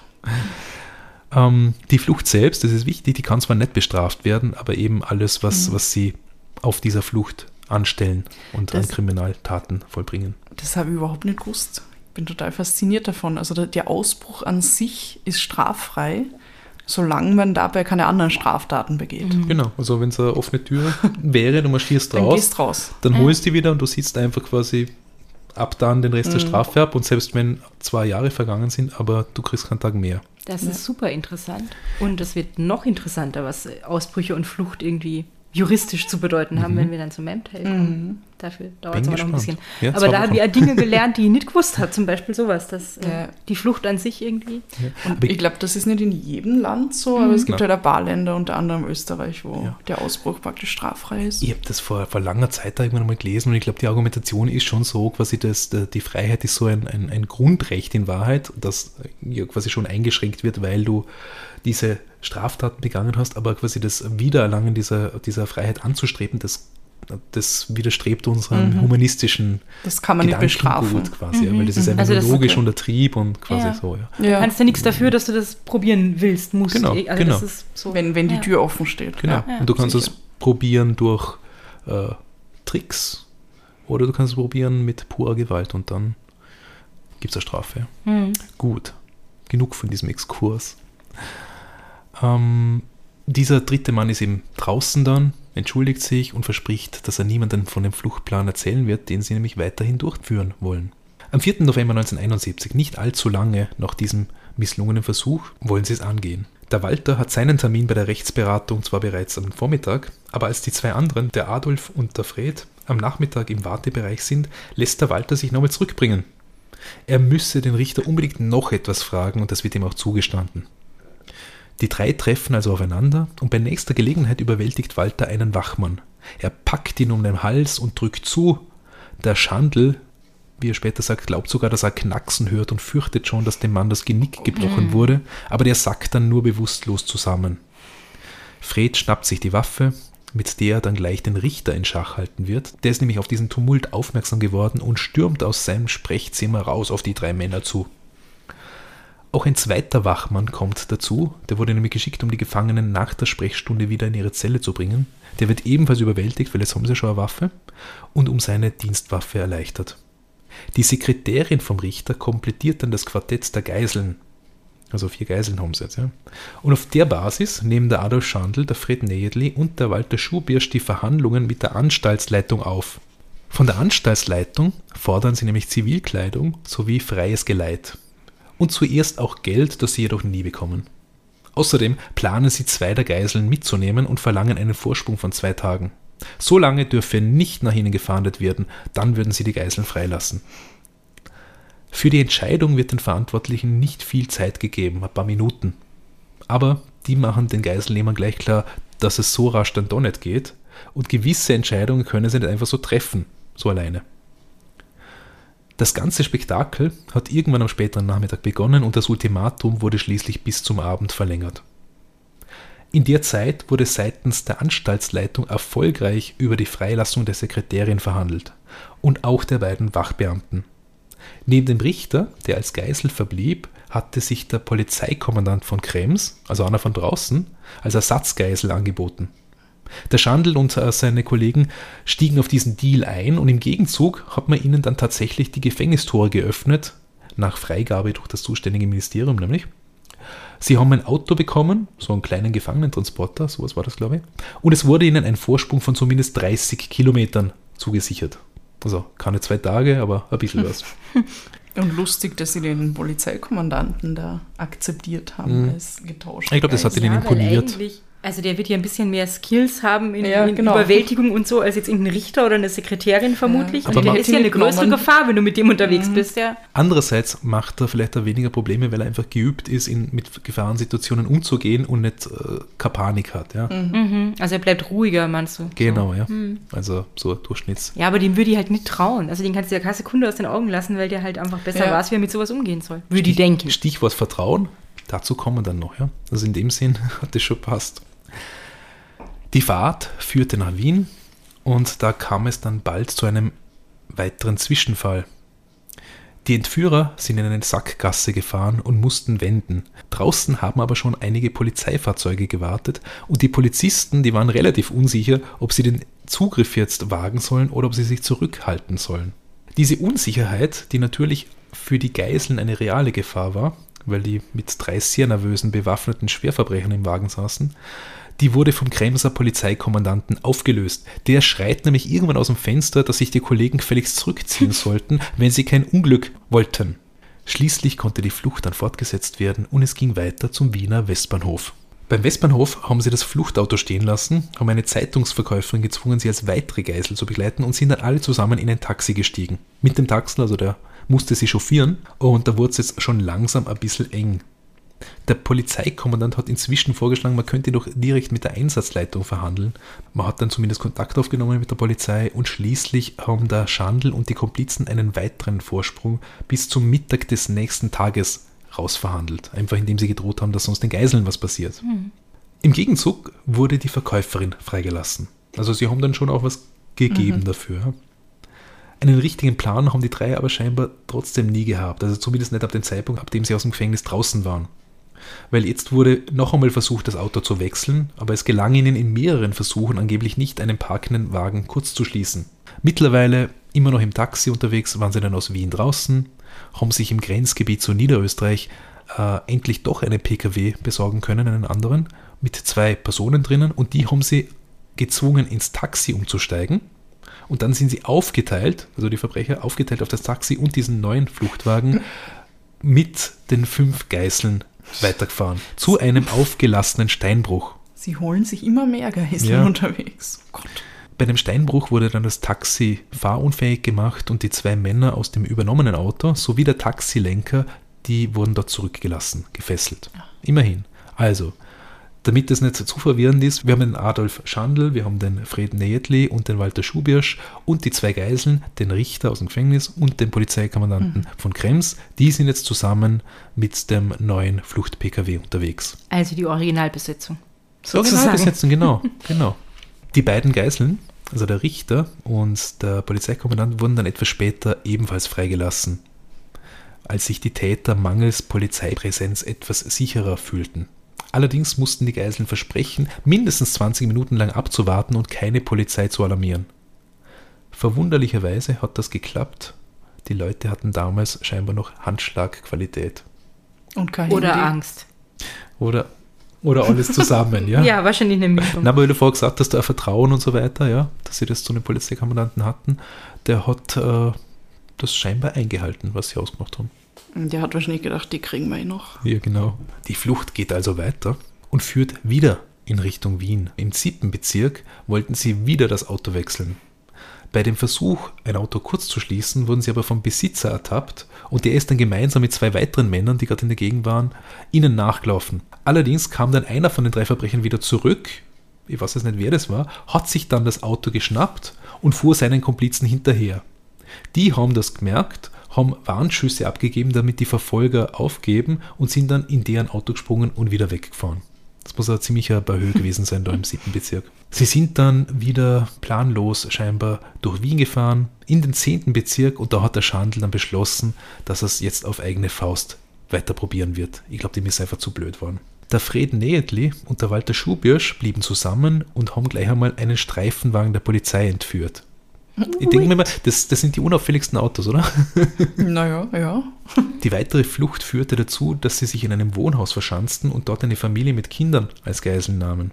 Die Flucht selbst, das ist wichtig, die kann zwar nicht bestraft werden, aber eben alles, was sie auf dieser Flucht anstellen und an Kriminaltaten vollbringen. Das habe ich überhaupt nicht gewusst. Ich bin total fasziniert davon. Also der Ausbruch an sich ist straffrei, solange man dabei keine anderen Straftaten begeht. Genau, also wenn es eine offene Tür wäre, du marschierst raus, dann gehst raus. Dann holst du die wieder und du sitzt einfach quasi ab dann den Rest der Strafe ab und selbst wenn 2 Jahre vergangen sind, aber du kriegst keinen Tag mehr. Das ist super interessant. Und es wird noch interessanter, was Ausbrüche und Flucht irgendwie juristisch zu bedeuten haben, wenn wir dann zum Memteil kommen. Dafür dauert es aber noch ein bisschen. Ja, aber da habe ich Dinge gelernt, die ich nicht gewusst habe. Zum Beispiel sowas, dass die Flucht an sich irgendwie. Ja. Und ich glaube, das ist nicht in jedem Land so, aber es gibt halt ein paar Länder, unter anderem Österreich, wo der Ausbruch praktisch straffrei ist. Ich habe das vor langer Zeit da irgendwann mal gelesen und ich glaube, die Argumentation ist schon so, quasi, dass die Freiheit ist so ein Grundrecht in Wahrheit, das ja quasi schon eingeschränkt wird, weil du diese Straftaten begangen hast, aber quasi das Wiedererlangen dieser Freiheit anzustreben, das widerstrebt unserem humanistischen das kann man nicht bestrafen. Quasi, weil das ist einfach also logisch untertrieben und quasi so. Ja. Du kannst ja nichts dafür, dass du das probieren willst, musst. Genau, also genau. Das ist so. Wenn die Tür offen steht. Genau. Ja, und du kannst es probieren durch Tricks oder du kannst es probieren mit purer Gewalt und dann gibt es eine Strafe. Gut, genug von diesem Exkurs. Dieser dritte Mann ist eben draußen dann, entschuldigt sich und verspricht, dass er niemandem von dem Fluchtplan erzählen wird, den sie nämlich weiterhin durchführen wollen. Am 4. November 1971, nicht allzu lange nach diesem misslungenen Versuch, wollen sie es angehen. Der Walter hat seinen Termin bei der Rechtsberatung zwar bereits am Vormittag, aber als die 2 anderen, der Adolf und der Fred, am Nachmittag im Wartebereich sind, lässt der Walter sich nochmal zurückbringen. Er müsse den Richter unbedingt noch etwas fragen und das wird ihm auch zugestanden. Die 3 treffen also aufeinander und bei nächster Gelegenheit überwältigt Walter einen Wachmann. Er packt ihn um den Hals und drückt zu. Der Schandl, wie er später sagt, glaubt sogar, dass er Knacksen hört und fürchtet schon, dass dem Mann das Genick gebrochen wurde, aber der sackt dann nur bewusstlos zusammen. Fred schnappt sich die Waffe, mit der er dann gleich den Richter in Schach halten wird. Der ist nämlich auf diesen Tumult aufmerksam geworden und stürmt aus seinem Sprechzimmer raus auf die 3 Männer zu. Auch ein zweiter Wachmann kommt dazu, der wurde nämlich geschickt, um die Gefangenen nach der Sprechstunde wieder in ihre Zelle zu bringen. Der wird ebenfalls überwältigt, weil jetzt haben sie schon eine Waffe, und um seine Dienstwaffe erleichtert. Die Sekretärin vom Richter komplettiert dann das Quartett der Geiseln. Also 4 Geiseln haben sie jetzt. Ja. Und auf der Basis nehmen der Adolf Schandl, der Fred Nejedly und der Walter Schubirsch die Verhandlungen mit der Anstaltsleitung auf. Von der Anstaltsleitung fordern sie nämlich Zivilkleidung sowie freies Geleit. Und zuerst auch Geld, das sie jedoch nie bekommen. Außerdem planen sie 2 der Geiseln mitzunehmen und verlangen einen Vorsprung von 2 Tagen. So lange dürfe nicht nach ihnen gefahndet werden, dann würden sie die Geiseln freilassen. Für die Entscheidung wird den Verantwortlichen nicht viel Zeit gegeben, ein paar Minuten. Aber die machen den Geiselnehmern gleich klar, dass es so rasch dann doch nicht geht und gewisse Entscheidungen können sie nicht einfach so treffen, so alleine. Das ganze Spektakel hat irgendwann am späteren Nachmittag begonnen und das Ultimatum wurde schließlich bis zum Abend verlängert. In der Zeit wurde seitens der Anstaltsleitung erfolgreich über die Freilassung der Sekretärin verhandelt und auch der beiden Wachbeamten. Neben dem Richter, der als Geisel verblieb, hatte sich der Polizeikommandant von Krems, also einer von draußen, als Ersatzgeisel angeboten. Der Schandl und seine Kollegen stiegen auf diesen Deal ein und im Gegenzug hat man ihnen dann tatsächlich die Gefängnistore geöffnet, nach Freigabe durch das zuständige Ministerium nämlich. Sie haben ein Auto bekommen, so einen kleinen Gefangenentransporter, sowas war das glaube ich, und es wurde ihnen ein Vorsprung von zumindest 30 Kilometern zugesichert. Also keine 2 Tage, aber ein bisschen was. Und lustig, dass sie den Polizeikommandanten da akzeptiert haben als getauscht. Ich glaube, das hat ihnen imponiert. Also der wird ja ein bisschen mehr Skills haben in Überwältigung und so, als jetzt irgendein Richter oder eine Sekretärin vermutlich. Aber der ist ja eine größere Gefahr, wenn du mit dem unterwegs bist. Ja. Andererseits macht er vielleicht auch weniger Probleme, weil er einfach geübt ist, mit Gefahrensituationen umzugehen und nicht keine Panik hat. Ja. Also er bleibt ruhiger, meinst du? Genau, ja. Also so Durchschnitts. Ja, aber dem würde ich halt nicht trauen. Also den kannst du ja keine Sekunde aus den Augen lassen, weil der halt einfach besser weiß, wie er mit sowas umgehen soll. Würde ich denken. Stichwort Vertrauen, dazu kommen wir dann noch. Ja. Also in dem Sinn hat das schon passt. Die Fahrt führte nach Wien und da kam es dann bald zu einem weiteren Zwischenfall. Die Entführer sind in eine Sackgasse gefahren und mussten wenden. Draußen haben aber schon einige Polizeifahrzeuge gewartet und die Polizisten, die waren relativ unsicher, ob sie den Zugriff jetzt wagen sollen oder ob sie sich zurückhalten sollen. Diese Unsicherheit, die natürlich für die Geiseln eine reale Gefahr war, weil die mit 3 sehr nervösen, bewaffneten Schwerverbrechern im Wagen saßen, die wurde vom Kremser Polizeikommandanten aufgelöst. Der schreit nämlich irgendwann aus dem Fenster, dass sich die Kollegen gefälligst zurückziehen sollten, wenn sie kein Unglück wollten. Schließlich konnte die Flucht dann fortgesetzt werden und es ging weiter zum Wiener Westbahnhof. Beim Westbahnhof haben sie das Fluchtauto stehen lassen, haben eine Zeitungsverkäuferin gezwungen, sie als weitere Geisel zu begleiten und sind dann alle zusammen in ein Taxi gestiegen. Mit dem Taxl, also der musste sie chauffieren und da wurde es jetzt schon langsam ein bisschen eng. Der Polizeikommandant hat inzwischen vorgeschlagen, man könnte doch direkt mit der Einsatzleitung verhandeln. Man hat dann zumindest Kontakt aufgenommen mit der Polizei und schließlich haben der Schandl und die Komplizen einen weiteren Vorsprung bis zum Mittag des nächsten Tages rausverhandelt. Einfach indem sie gedroht haben, dass sonst den Geiseln was passiert. Im Gegenzug wurde die Verkäuferin freigelassen. Also sie haben dann schon auch was gegeben dafür. Einen richtigen Plan haben die 3 aber scheinbar trotzdem nie gehabt. Also zumindest nicht ab dem Zeitpunkt, ab dem sie aus dem Gefängnis draußen waren. Weil jetzt wurde noch einmal versucht, das Auto zu wechseln, aber es gelang ihnen in mehreren Versuchen angeblich nicht, einen parkenden Wagen kurz zu schließen. Mittlerweile, immer noch im Taxi unterwegs, waren sie dann aus Wien draußen, haben sich im Grenzgebiet zu Niederösterreich endlich doch einen PKW besorgen können, einen anderen, mit 2 Personen drinnen und die haben sie gezwungen, ins Taxi umzusteigen. Und dann sind sie aufgeteilt, also die Verbrecher aufgeteilt auf das Taxi und diesen neuen Fluchtwagen mit den 5 Geiseln weitergefahren. Zu einem aufgelassenen Steinbruch. Sie holen sich immer mehr Geiseln unterwegs. Oh Gott. Bei dem Steinbruch wurde dann das Taxi fahrunfähig gemacht und die 2 Männer aus dem übernommenen Auto sowie der Taxilenker, die wurden dort zurückgelassen, gefesselt. Immerhin. Also, damit das nicht zu verwirrend ist, wir haben den Adolf Schandl, wir haben den Fred Nejedly und den Walter Schubirsch und die 2 Geiseln, den Richter aus dem Gefängnis und den Polizeikommandanten von Krems. Die sind jetzt zusammen mit dem neuen Flucht-PKW unterwegs. Also die Originalbesetzung. Originalbesetzung, genau. Die beiden Geiseln, also der Richter und der Polizeikommandant, wurden dann etwas später ebenfalls freigelassen, als sich die Täter mangels Polizeipräsenz etwas sicherer fühlten. Allerdings mussten die Geiseln versprechen, mindestens 20 Minuten lang abzuwarten und keine Polizei zu alarmieren. Verwunderlicherweise hat das geklappt. Die Leute hatten damals scheinbar noch Handschlagqualität. Und kein Oder Handy. Angst. Oder alles zusammen, ja? Ja, wahrscheinlich eine Mischung. Na, weil du vorher gesagt hast, da Vertrauen und so weiter, ja, dass sie das zu den Polizeikommandanten hatten, der hat das scheinbar eingehalten, was sie ausgemacht haben. Der hat wahrscheinlich gedacht, die kriegen wir noch. Ja, genau. Die Flucht geht also weiter und führt wieder in Richtung Wien. Im 7. Bezirk wollten sie wieder das Auto wechseln. Bei dem Versuch, ein Auto kurz zu schließen, wurden sie aber vom Besitzer ertappt und der ist dann gemeinsam mit 2 weiteren Männern, die gerade in der Gegend waren, ihnen nachgelaufen. Allerdings kam dann einer von den 3 Verbrechern wieder zurück, ich weiß jetzt nicht, wer das war, hat sich dann das Auto geschnappt und fuhr seinen Komplizen hinterher. Die haben das gemerkt, haben Warnschüsse abgegeben, damit die Verfolger aufgeben und sind dann in deren Auto gesprungen und wieder weggefahren. Das muss ein ziemlicher Bahö gewesen sein da im 7. Bezirk. Sie sind dann wieder planlos scheinbar durch Wien gefahren, in den 10. Bezirk und da hat der Schandl dann beschlossen, dass er es jetzt auf eigene Faust weiter probieren wird. Ich glaube, dem ist einfach zu blöd worden. Der Fred Nehetli und der Walter Schubirsch blieben zusammen und haben gleich einmal einen Streifenwagen der Polizei entführt. Ich denke mir mal, das sind die unauffälligsten Autos, oder? Naja, ja. Die weitere Flucht führte dazu, dass sie sich in einem Wohnhaus verschanzten und dort eine Familie mit Kindern als Geiseln nahmen.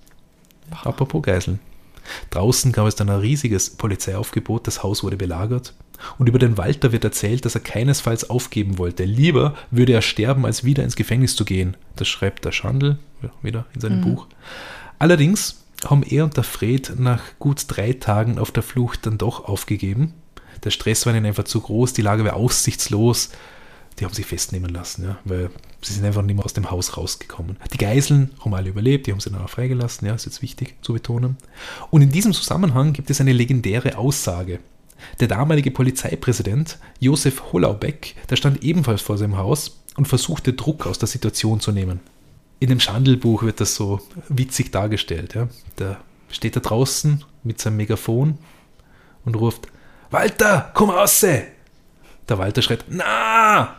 Apropos Geiseln. Draußen gab es dann ein riesiges Polizeiaufgebot, das Haus wurde belagert und über den Walter wird erzählt, dass er keinesfalls aufgeben wollte. Lieber würde er sterben, als wieder ins Gefängnis zu gehen. Das schreibt der Schandl wieder in seinem Buch. Allerdings haben er und der Fred nach gut 3 Tagen auf der Flucht dann doch aufgegeben. Der Stress war ihnen einfach zu groß, die Lage war aussichtslos. Die haben sich festnehmen lassen, ja, weil sie sind einfach nicht mehr aus dem Haus rausgekommen. Die Geiseln haben alle überlebt, die haben sie dann auch freigelassen, ja, ist jetzt wichtig zu betonen. Und in diesem Zusammenhang gibt es eine legendäre Aussage. Der damalige Polizeipräsident Josef Hollaubeck, der stand ebenfalls vor seinem Haus und versuchte Druck aus der Situation zu nehmen. In dem Schandl-Buch wird das so witzig dargestellt. Ja. Der steht da draußen mit seinem Megafon und ruft: Walter, komm raus! Der Walter schreit: Na!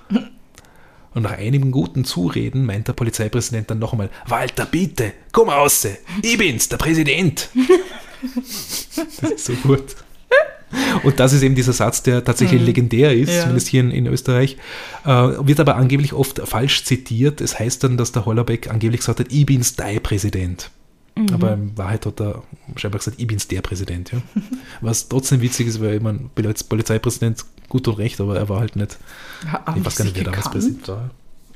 Und nach einigen guten Zureden meint der Polizeipräsident dann noch einmal: Walter, bitte, komm raus! Ich bin's, der Präsident! Das ist so gut. Und das ist eben dieser Satz, der tatsächlich legendär ist, zumindest hier in Österreich, wird aber angeblich oft falsch zitiert. Es heißt dann, dass der Hollaubeck angeblich gesagt hat: Ich bin's, dein Präsident. Aber in Wahrheit hat er scheinbar gesagt: Ich bin's, der Präsident. Ja. Was trotzdem witzig ist, weil man als Polizeipräsident gut und recht, aber er war halt nicht, ich weiß gar nicht, wer damals Präsident war.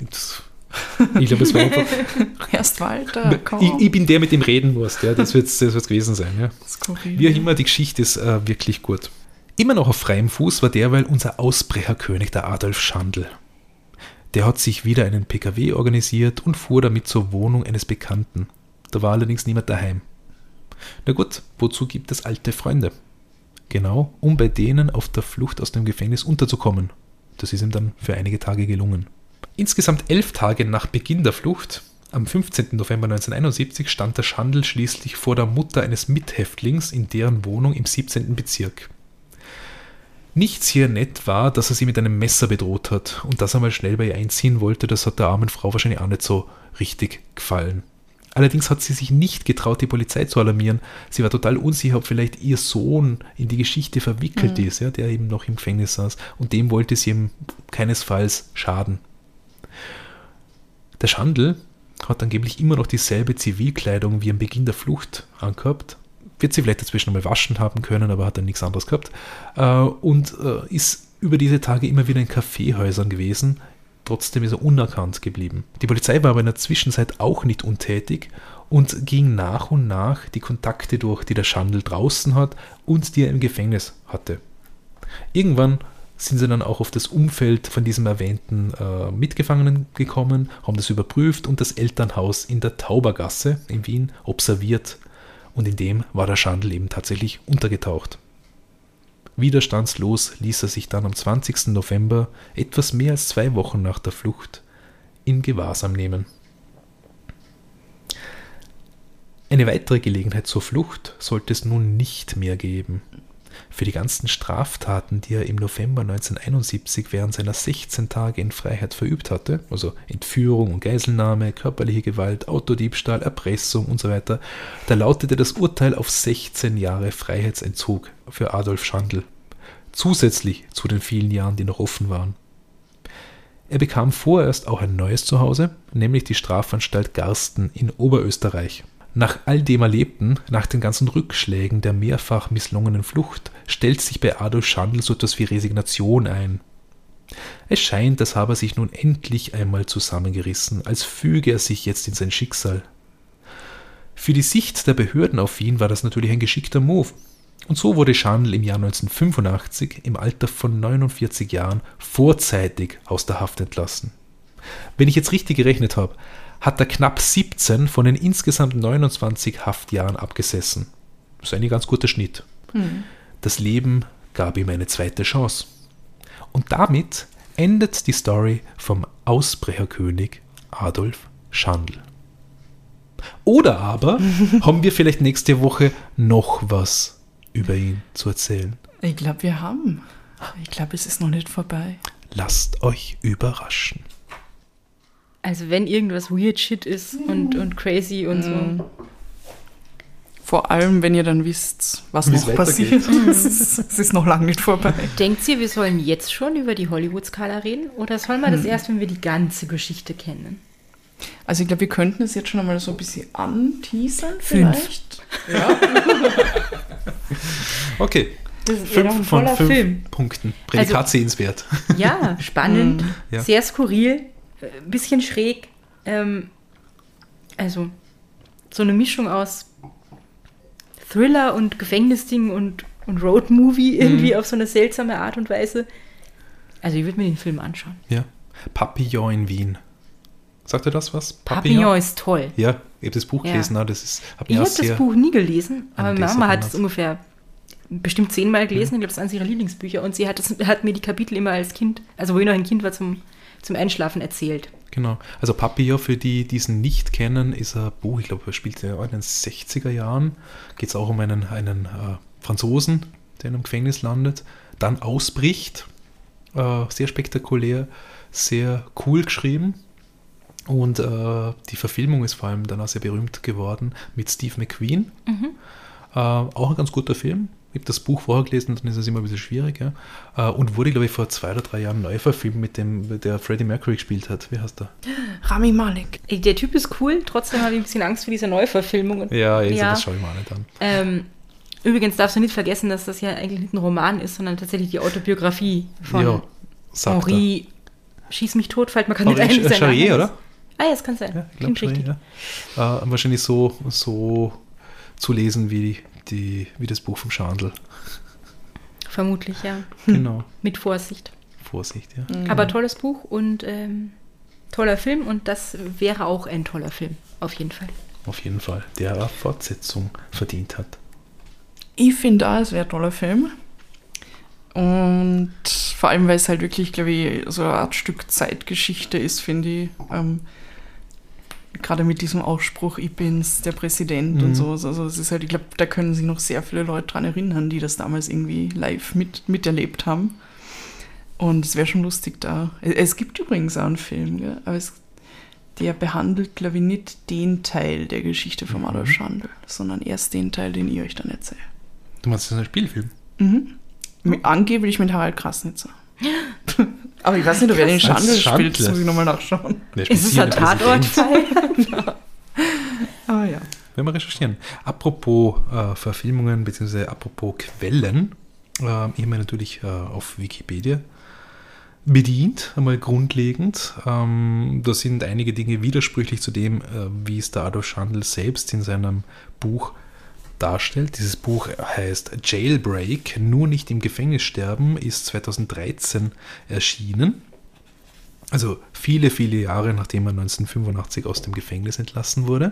Ich glaube, es war einfach Erst Walter, komm. Ich bin der, mit dem reden musst, ja, das wird's gewesen sein. Ja. Skurril. Wie auch immer, die Geschichte ist wirklich gut. Immer noch auf freiem Fuß war derweil unser Ausbrecherkönig, der Adolf Schandl. Der hat sich wieder einen PKW organisiert und fuhr damit zur Wohnung eines Bekannten. Da war allerdings niemand daheim. Na gut, wozu gibt es alte Freunde? Genau, um bei denen auf der Flucht aus dem Gefängnis unterzukommen. Das ist ihm dann für einige Tage gelungen. Insgesamt 11 Tage nach Beginn der Flucht, am 15. November 1971, stand der Schandl schließlich vor der Mutter eines Mithäftlings in deren Wohnung im 17. Bezirk. Nichts hier nett war, dass er sie mit einem Messer bedroht hat und dass er mal schnell bei ihr einziehen wollte, das hat der armen Frau wahrscheinlich auch nicht so richtig gefallen. Allerdings hat sie sich nicht getraut, die Polizei zu alarmieren. Sie war total unsicher, ob vielleicht ihr Sohn in die Geschichte verwickelt ist, ja, der eben noch im Gefängnis saß. Und dem wollte sie ihm keinesfalls schaden. Der Schandl hat angeblich immer noch dieselbe Zivilkleidung wie am Beginn der Flucht angehabt. Wird sie vielleicht dazwischen mal waschen haben können, aber hat dann nichts anderes gehabt. Und ist über diese Tage immer wieder in Kaffeehäusern gewesen. Trotzdem ist er unerkannt geblieben. Die Polizei war aber in der Zwischenzeit auch nicht untätig und ging nach und nach die Kontakte durch, die der Schandl draußen hat und die er im Gefängnis hatte. Irgendwann sind sie dann auch auf das Umfeld von diesem erwähnten Mitgefangenen gekommen, haben das überprüft und das Elternhaus in der Taubergasse in Wien observiert. Und in dem war der Schandl eben tatsächlich untergetaucht. Widerstandslos ließ er sich dann am 20. November, etwas mehr als 2 Wochen nach der Flucht, in Gewahrsam nehmen. Eine weitere Gelegenheit zur Flucht sollte es nun nicht mehr geben. Für die ganzen Straftaten, die er im November 1971 während seiner 16 Tage in Freiheit verübt hatte, also Entführung und Geiselnahme, körperliche Gewalt, Autodiebstahl, Erpressung und so weiter, da lautete das Urteil auf 16 Jahre Freiheitsentzug für Adolf Schandl, zusätzlich zu den vielen Jahren, die noch offen waren. Er bekam vorerst auch ein neues Zuhause, nämlich die Strafanstalt Garsten in Oberösterreich. Nach all dem Erlebten, nach den ganzen Rückschlägen der mehrfach misslungenen Flucht, stellt sich bei Adolf Schandl so etwas wie Resignation ein. Es scheint, als habe er sich nun endlich einmal zusammengerissen, als füge er sich jetzt in sein Schicksal. Für die Sicht der Behörden auf ihn war das natürlich ein geschickter Move. Und so wurde Schandl im Jahr 1985 im Alter von 49 Jahren vorzeitig aus der Haft entlassen. Wenn ich jetzt richtig gerechnet habe, hat er knapp 17 von den insgesamt 29 Haftjahren abgesessen. Das ist ein ganz guter Schnitt. Das Leben gab ihm eine zweite Chance. Und damit endet die Story vom Ausbrecherkönig Adolf Schandl. Oder aber haben wir vielleicht nächste Woche noch was über ihn zu erzählen. Ich glaube, wir haben. Ich glaube, es ist noch nicht vorbei. Lasst euch überraschen. Also wenn irgendwas weird shit ist und crazy und so. Vor allem, wenn ihr dann wisst, was Wie es noch passiert. Es ist noch lange nicht vorbei. Denkt ihr, wir sollen jetzt schon über die Hollywood-Skala reden? Oder sollen wir das erst, wenn wir die ganze Geschichte kennen? Also ich glaube, wir könnten es jetzt schon einmal so ein bisschen anteasern 5. vielleicht. Ja. Okay. Das ist ja noch ein 5 von voller 5 Film. Punkten. Prädikat Also- sehenswert. Ja, spannend, Ja. sehr skurril, ein bisschen schräg. Also so eine Mischung aus Thriller und Gefängnisding und Roadmovie irgendwie auf so eine seltsame Art und Weise. Also ich würde mir den Film anschauen. Ja. Papillon in Wien. Sagt ihr das was? Papillon ist toll. Ja, ich habe das Buch Ja. gelesen. Hat Ich habe das Buch nie gelesen, aber an meine das Mama hat erinnert. es ungefähr bestimmt 10-mal gelesen. Ich glaube, das ist eines ihrer Lieblingsbücher. Und sie hat mir die Kapitel immer als Kind, also wo ich noch ein Kind war, zum Einschlafen erzählt. Genau. Also Papillon, für die es nicht kennen, ist ein Buch, ich glaube, er spielt ja in den 60er Jahren. Geht es auch um einen Franzosen, der in einem Gefängnis landet, dann ausbricht. Sehr spektakulär, sehr cool geschrieben. Und die Verfilmung ist vor allem danach sehr berühmt geworden mit Steve McQueen. Auch ein ganz guter Film. Ich habe das Buch vorher gelesen, dann ist es immer ein bisschen schwierig. Ja. Und wurde, glaube ich, vor 2 oder 3 Jahren neu verfilmt, mit dem der Freddie Mercury gespielt hat. Wie heißt der? Rami Malek. Ey, der Typ ist cool, trotzdem habe ich ein bisschen Angst vor dieser Neuverfilmung. Ja, Ja. das schaue ich mir auch nicht an. Übrigens darfst du nicht vergessen, dass das ja eigentlich nicht ein Roman ist, sondern tatsächlich die Autobiografie von Ja, sagt Henri Schieß mich tot, fällt mir gerade nicht ein. wie sein Name Charrier, ist. oder? Ah ja, das kann sein. Ja, ich Klingt glaube richtig. schon, ja. Wahrscheinlich so zu lesen wie das Buch vom Schandl. Vermutlich, ja. Genau. Mit Vorsicht. Vorsicht, ja. Aber tolles Buch und toller Film und das wäre auch ein toller Film, auf jeden Fall. Auf jeden Fall. Der eine Fortsetzung verdient hat. Ich finde auch, es wäre ein toller Film. Und vor allem, weil es halt wirklich, glaube ich, so eine Art Stück Zeitgeschichte ist, finde ich. Gerade mit diesem Ausspruch, ich bin's, der Präsident und so. Also es ist halt, ich glaube, da können sich noch sehr viele Leute dran erinnern, die das damals irgendwie live miterlebt haben. Und es wäre schon lustig da. Es gibt übrigens auch einen Film, gell? Aber der behandelt, glaube ich, nicht den Teil der Geschichte von Adolf Schandl, sondern erst den Teil, den ich euch dann erzähle. Du meinst, das ist ein Spielfilm? Angeblich mit Harald Krasnitzer. Aber ich weiß nicht, ob er den Schandl Als spielt, das Schandl. muss ich nochmal nachschauen. Der Ist es hier ein der Präsident. Tatortfall? Ah ja. Werden wir recherchieren. Apropos Verfilmungen, beziehungsweise apropos Quellen, ich habe mir natürlich auf Wikipedia bedient, einmal grundlegend. Da sind einige Dinge widersprüchlich zu dem, wie es der Adolf Schandl selbst in seinem Buch darstellt. Dieses Buch heißt Jailbreak, nur nicht im Gefängnis sterben, ist 2013 erschienen. Also viele, viele Jahre, nachdem er 1985 aus dem Gefängnis entlassen wurde.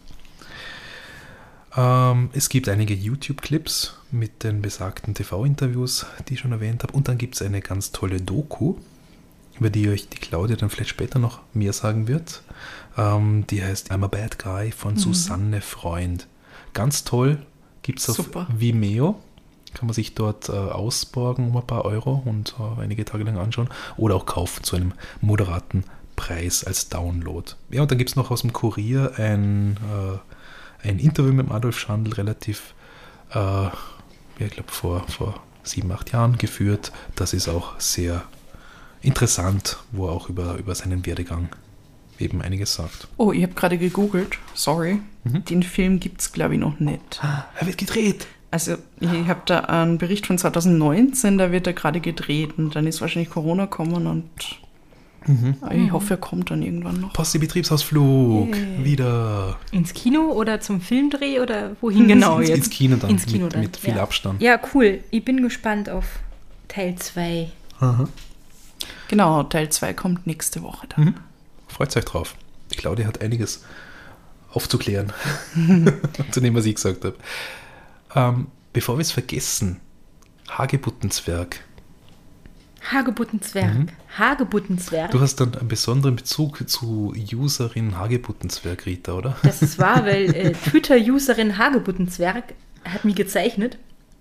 Es gibt einige YouTube-Clips mit den besagten TV-Interviews, die ich schon erwähnt habe. Und dann gibt es eine ganz tolle Doku, über die euch die Claudia dann vielleicht später noch mehr sagen wird. Die heißt I'm a Bad Guy von Susanne Freund. Ganz toll, gibt es auf Super. Vimeo. Kann man sich dort ausborgen um ein paar Euro und einige Tage lang anschauen. Oder auch kaufen zu einem moderaten Preis als Download. Ja, und dann gibt es noch aus dem Kurier ein Interview mit dem Adolf Schandl, relativ, ich glaube vor 7-8 Jahren geführt. Das ist auch sehr interessant, wo er auch über seinen Werdegang eben einiges sagt. Oh, ich habe gerade gegoogelt. Sorry. Den Film gibt es, glaube ich, noch nicht. Er wird gedreht. Also, ich habe da einen Bericht von 2019, da wird er gerade gedreht und dann ist wahrscheinlich Corona gekommen und ich hoffe, er kommt dann irgendwann noch. Posse-Betriebsausflug. Wieder. Ins Kino oder zum Filmdreh oder wohin genau jetzt? Ins Kino dann, Ins Kino mit viel Abstand. Ja, cool. Ich bin gespannt auf Teil 2. Genau, Teil 2 kommt nächste Woche dann. Freut euch drauf. Die Claudia hat einiges aufzuklären zu dem, was ich gesagt habe. Bevor wir es vergessen, Hagebuttenzwerg. Hagebuttenzwerg. Du hast dann einen besonderen Bezug zu Userin Hagebuttenzwerg, Rita, oder? Das ist wahr, weil Twitter-Userin Hagebuttenzwerg hat mich gezeichnet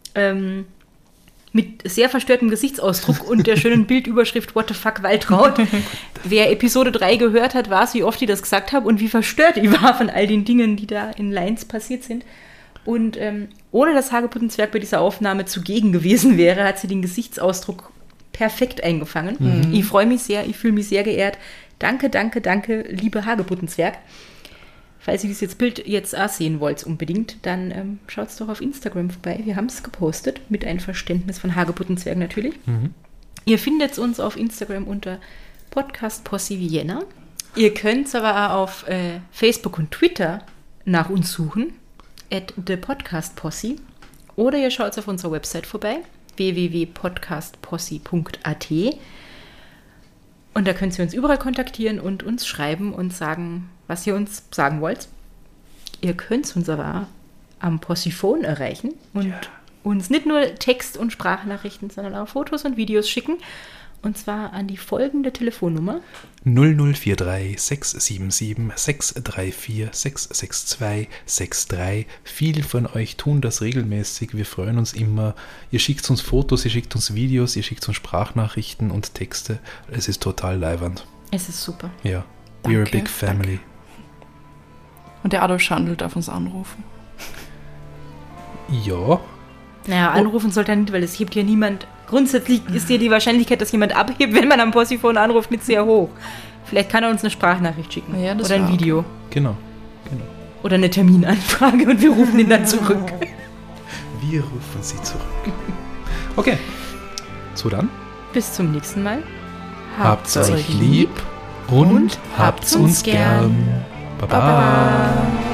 mit sehr verstörtem Gesichtsausdruck und der schönen Bildüberschrift What the fuck Waltraud. Wer Episode 3 gehört hat, weiß, wie oft ich das gesagt habe und wie verstört ich war von all den Dingen, die da in Lines passiert sind. Und ohne dass Hagebuttenzwerg bei dieser Aufnahme zugegen gewesen wäre, hat sie den Gesichtsausdruck perfekt eingefangen. Ich freue mich sehr, ich fühle mich sehr geehrt. Danke, danke, danke, liebe Hagebuttenzwerg. Falls ihr dieses Bild jetzt auch sehen wollt unbedingt, dann schaut doch auf Instagram vorbei. Wir haben es gepostet, mit Einverständnis von Hagebuttenzwerg natürlich. Ihr findet uns auf Instagram unter Podcast Posse Vienna. Ihr könnt es aber auch auf Facebook und Twitter nach uns suchen, @thepodcastposse. Oder ihr schaut auf unserer Website vorbei, www.podcastposse.at. Und da könnt ihr uns überall kontaktieren und uns schreiben und sagen, was ihr uns sagen wollt. Ihr könnt uns aber am Possiphone erreichen und uns nicht nur Text- und Sprachnachrichten, sondern auch Fotos und Videos schicken. Und zwar an die folgende Telefonnummer: 0043 677 634 662 63. Viele von euch tun das regelmäßig. Wir freuen uns immer. Ihr schickt uns Fotos, ihr schickt uns Videos, ihr schickt uns Sprachnachrichten und Texte. Es ist total leiwand. Es ist super. Ja, Danke, we're a big family. danke. Und der Adolf Schandl darf uns anrufen. Ja, Naja, anrufen sollte er nicht, weil es hebt hier niemand. Grundsätzlich ist hier die Wahrscheinlichkeit, dass jemand abhebt, wenn man am Possiphone anruft, nicht sehr hoch. Vielleicht kann er uns eine Sprachnachricht schicken. Ja, das oder ein war Video. genau. Oder eine Terminanfrage und wir rufen ihn dann zurück. Wir rufen sie zurück. Okay, so dann. Bis zum nächsten Mal. Habt's euch lieb und habt's uns gern. Baba. Baba.